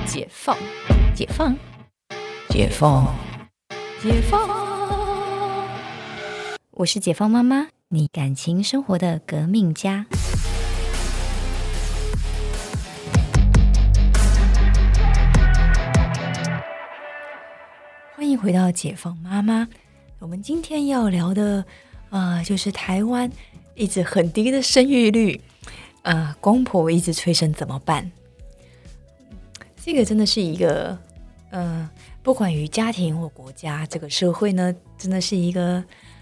解放，解放，解放，解放。我是解放妈妈，你感情生活的革命家。欢迎回到解放妈妈。我们今天要聊的就是台湾一直很低的生育率，公婆一直催生怎么办？这个真的是一个不管于家庭或国家，这个社会呢，真的是一个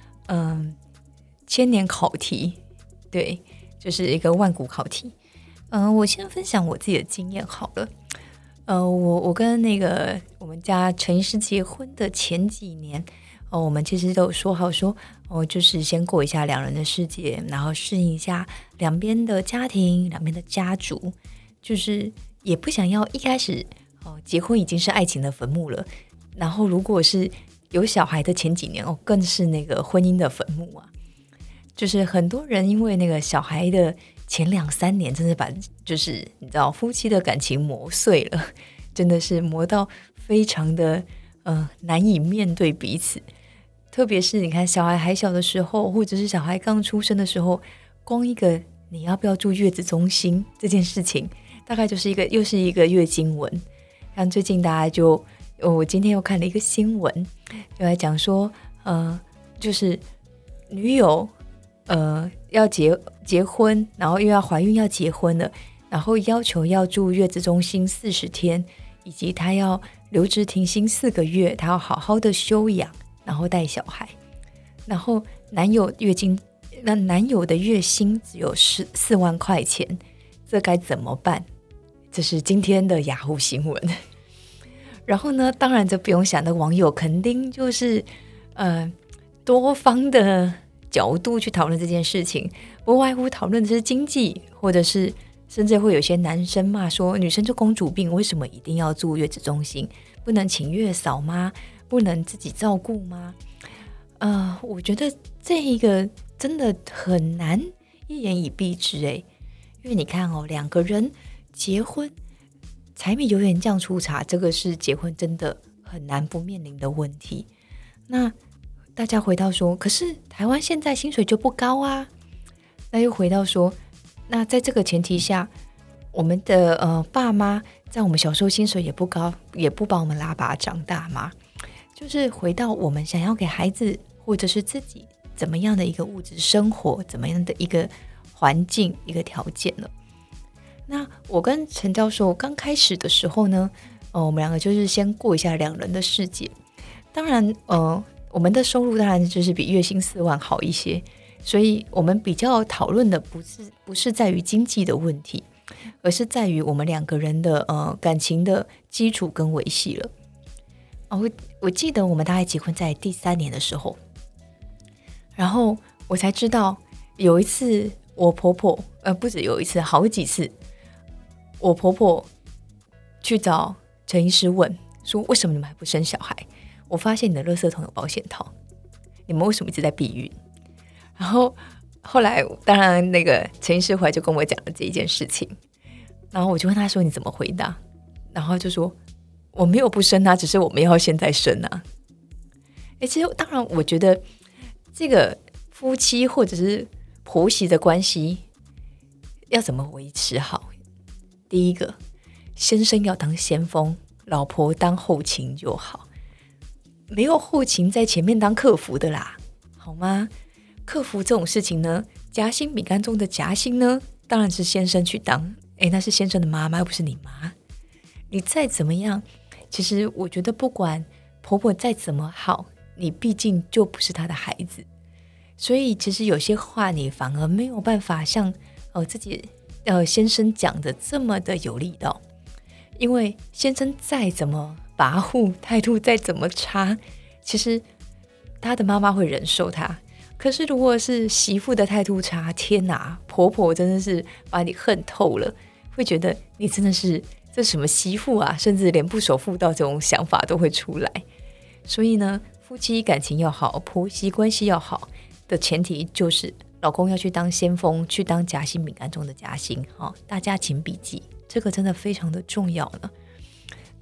千年考题，对，就是一个万古考题。我先分享我自己的经验好了。我跟我们家陈医师结婚的前几年，我们其实都有说好说，就是先过一下两人的世界，然后适应一下两边的家庭、两边的家族，就是也不想要一开始结婚已经是爱情的坟墓了，然后如果是有小孩的前几年更是那个婚姻的坟墓啊。就是很多人因为那个小孩的前2-3年，真的把就是你知道夫妻的感情磨碎了，真的是磨到非常的难以面对彼此。特别是你看小孩还小的时候，或者是小孩刚出生的时候，光一个你要不要住月子中心这件事情，大概就是又是一个月经文。像最近大家我今天又看了一个新闻，就在讲说就是女友要结婚，然后又要怀孕要结婚了，然后要求要住月子中心40天，以及她要留职停薪4个月，她要好好的休养，然后带小孩。然后男友的月薪只有4万块钱，这该怎么办？这是今天的雅虎新闻。然后呢，当然这不用想的网友肯定就是多方的角度去讨论这件事情，不外乎讨论的是经济，或者是甚至会有些男生骂说女生就公主病，为什么一定要住月子中心？不能请月嫂吗？不能自己照顾吗？我觉得这一个真的很难一言以蔽之因为你看两个人结婚，柴米油盐酱醋茶，这个是结婚真的很难不面临的问题。那大家回到说，可是台湾现在薪水就不高啊。那又回到说，那在这个前提下，我们的爸妈在我们小时候薪水也不高，也不把我们拉拔长大嘛。就是回到我们想要给孩子或者是自己怎么样的一个物质生活，怎么样的一个环境、一个条件了。那我跟陈教授刚开始的时候呢，我们两个就是先过一下两人的世界。当然我们的收入当然就是比月薪4万好一些，所以我们比较讨论的不是在于经济的问题，而是在于我们两个人的感情的基础跟维系了。我记得我们大概结婚在第3年的时候，然后我才知道有一次我婆婆不止有一次，好几次我婆婆去找陈医师问说，为什么你们还不生小孩？我发现你的垃圾桶有保险套，你们为什么一直在避孕？然后后来当然陈医师回来就跟我讲了这一件事情，然后我就问他说你怎么回答？然后就说我没有不生啊，只是我们要现在生啊。其实当然我觉得这个夫妻或者是婆媳的关系要怎么维持好，第一个，先生要当先锋，老婆当后勤就好，没有后勤在前面当客服的啦，好吗？客服这种事情呢，夹心饼干中的夹心呢，当然是先生去当，那是先生的妈妈，又不是你妈。你再怎么样，其实我觉得不管婆婆再怎么好，你毕竟就不是她的孩子，所以其实有些话你反而没有办法像自己先生讲的这么的有力道，因为先生再怎么跋扈，态度再怎么差，其实他的妈妈会忍受他。可是如果是媳妇的态度差，天哪，婆婆真的是把你恨透了，会觉得你真的是这什么媳妇啊，甚至连不守妇道这种想法都会出来。所以呢，夫妻感情要好，婆媳关系要好的前提就是老公要去当先锋，去当夹心饼干中的夹心。大家请笔记，这个真的非常的重要呢。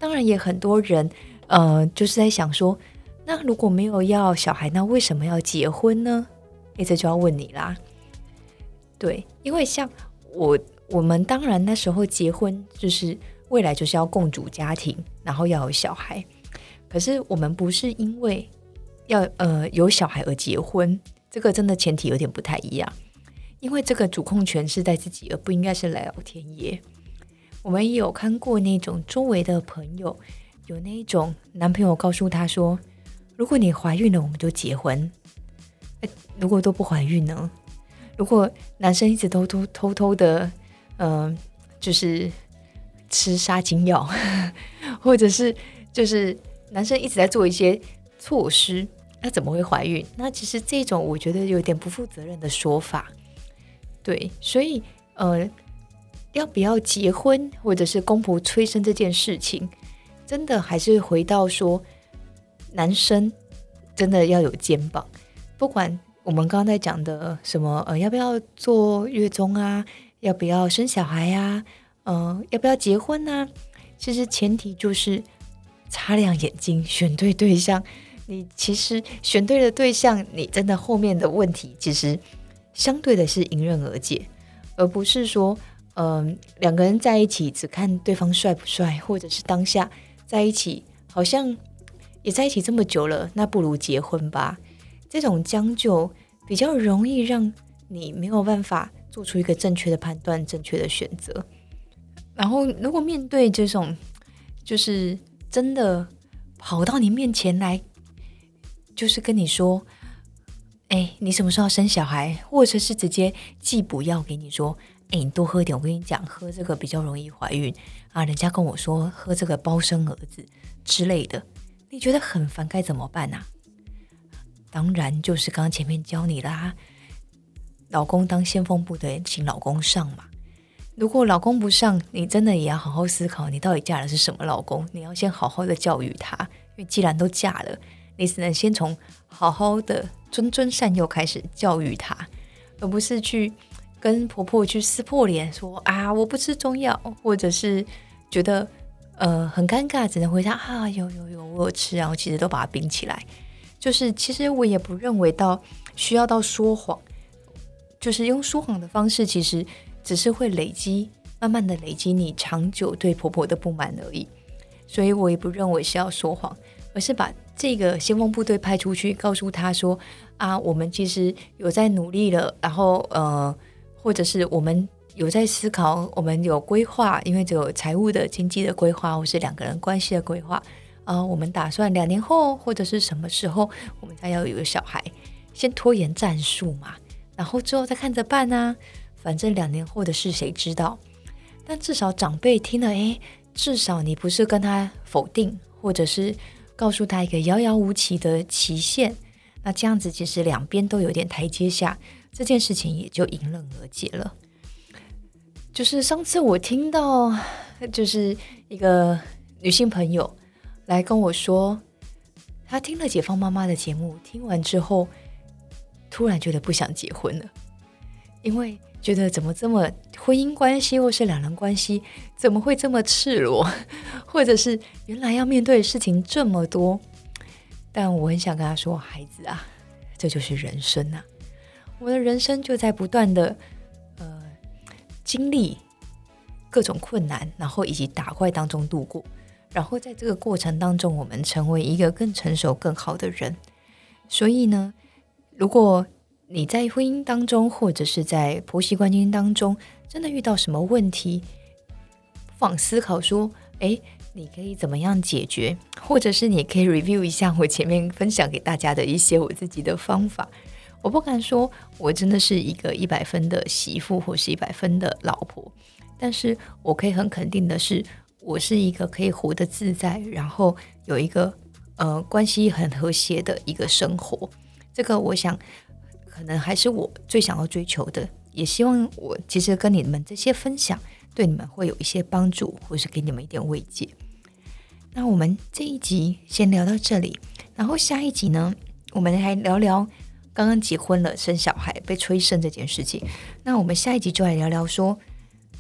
当然也很多人就是在想说，那如果没有要小孩，那为什么要结婚呢？这就要问你啦。对，因为像我们当然那时候结婚就是未来就是要共组家庭，然后要有小孩。可是我们不是因为要有小孩而结婚，这个真的前提有点不太一样。因为这个主控权是在自己，而不应该是来老天爷。我们也有看过那种周围的朋友，有那一种男朋友告诉他说，如果你怀孕了我们就结婚，如果都不怀孕呢？如果男生一直都偷偷的就是吃杀精药或者是就是男生一直在做一些措施，那怎么会怀孕？那其实这种我觉得有点不负责任的说法。对，所以要不要结婚或者是公婆催生这件事情，真的还是回到说男生真的要有肩膀。不管我们刚刚在讲的什么要不要做月中啊，要不要生小孩啊，要不要结婚啊，其实前提就是擦亮眼睛，选对对象。你其实选对了对象，你真的后面的问题其实相对的是迎刃而解，而不是说两个人在一起只看对方帅不帅，或者是当下在一起好像也在一起这么久了，那不如结婚吧。这种将就比较容易让你没有办法做出一个正确的判断，正确的选择。然后如果面对这种就是真的跑到你面前来，就是跟你说你什么时候要生小孩，或者是直接寄补药给你说你多喝点，我跟你讲喝这个比较容易怀孕啊，人家跟我说喝这个包生儿子之类的，你觉得很烦该怎么办啊？当然就是刚刚前面教你啦，老公当先锋部队，请老公上嘛。如果老公不上，你真的也要好好思考，你到底嫁的是什么老公？你要先好好的教育他，因为既然都嫁了，你只能先从好好的谆谆善诱开始教育他，而不是去跟婆婆去撕破脸说啊我不吃中药，或者是觉得很尴尬，只能回答啊有我有吃，然后其实都把它冰起来。就是其实我也不认为需要到说谎，就是用说谎的方式，其实只是会慢慢的累积你长久对婆婆的不满而已。所以我也不认为是要说谎，而是把这个先锋部队派出去，告诉他说啊，我们其实有在努力了，然后或者是我们有在思考，我们有规划，因为只有财务的经济的规划，或是两个人关系的规划。我们打算2年后或者是什么时候我们才要有一个小孩，先拖延战术嘛，然后之后再看着办啊，反正2年后的事谁知道。但至少长辈听了至少你不是跟他否定，或者是告诉他一个遥遥无期的期限，那这样子其实两边都有点台阶下，这件事情也就迎刃而解了。就是上次我听到就是一个女性朋友来跟我说，她听了解放妈妈的节目，听完之后突然觉得不想结婚了，因为觉得怎么这么婚姻关系或是两人关系怎么会这么赤裸，或者是原来要面对的事情这么多。但我很想跟她说，孩子啊，这就是人生啊，我的人生就在不断的经历各种困难，然后以及打怪当中度过，然后在这个过程当中我们成为一个更成熟更好的人。所以呢，如果你在婚姻当中或者是在婆媳关系当中真的遇到什么问题，不妨思考说你可以怎么样解决，或者是你可以 review 一下我前面分享给大家的一些我自己的方法。我不敢说我真的是一个100分的媳妇或是100分的老婆，但是我可以很肯定的是，我是一个可以活得自在，然后有一个关系很和谐的一个生活。这个我想可能还是我最想要追求的，也希望我其实跟你们这些分享对你们会有一些帮助，或是给你们一点慰藉。那我们这一集先聊到这里，然后下一集呢，我们来聊聊刚刚结婚了生小孩被催生这件事情。那我们下一集就来聊聊说，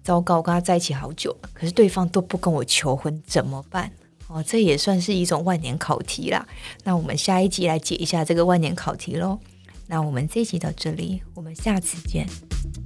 糟糕，我跟他在一起好久了，可是对方都不跟我求婚，怎么办？这也算是一种万年考题啦。那我们下一集来解一下这个万年考题咯。那我们这一集到这里，我们下次见。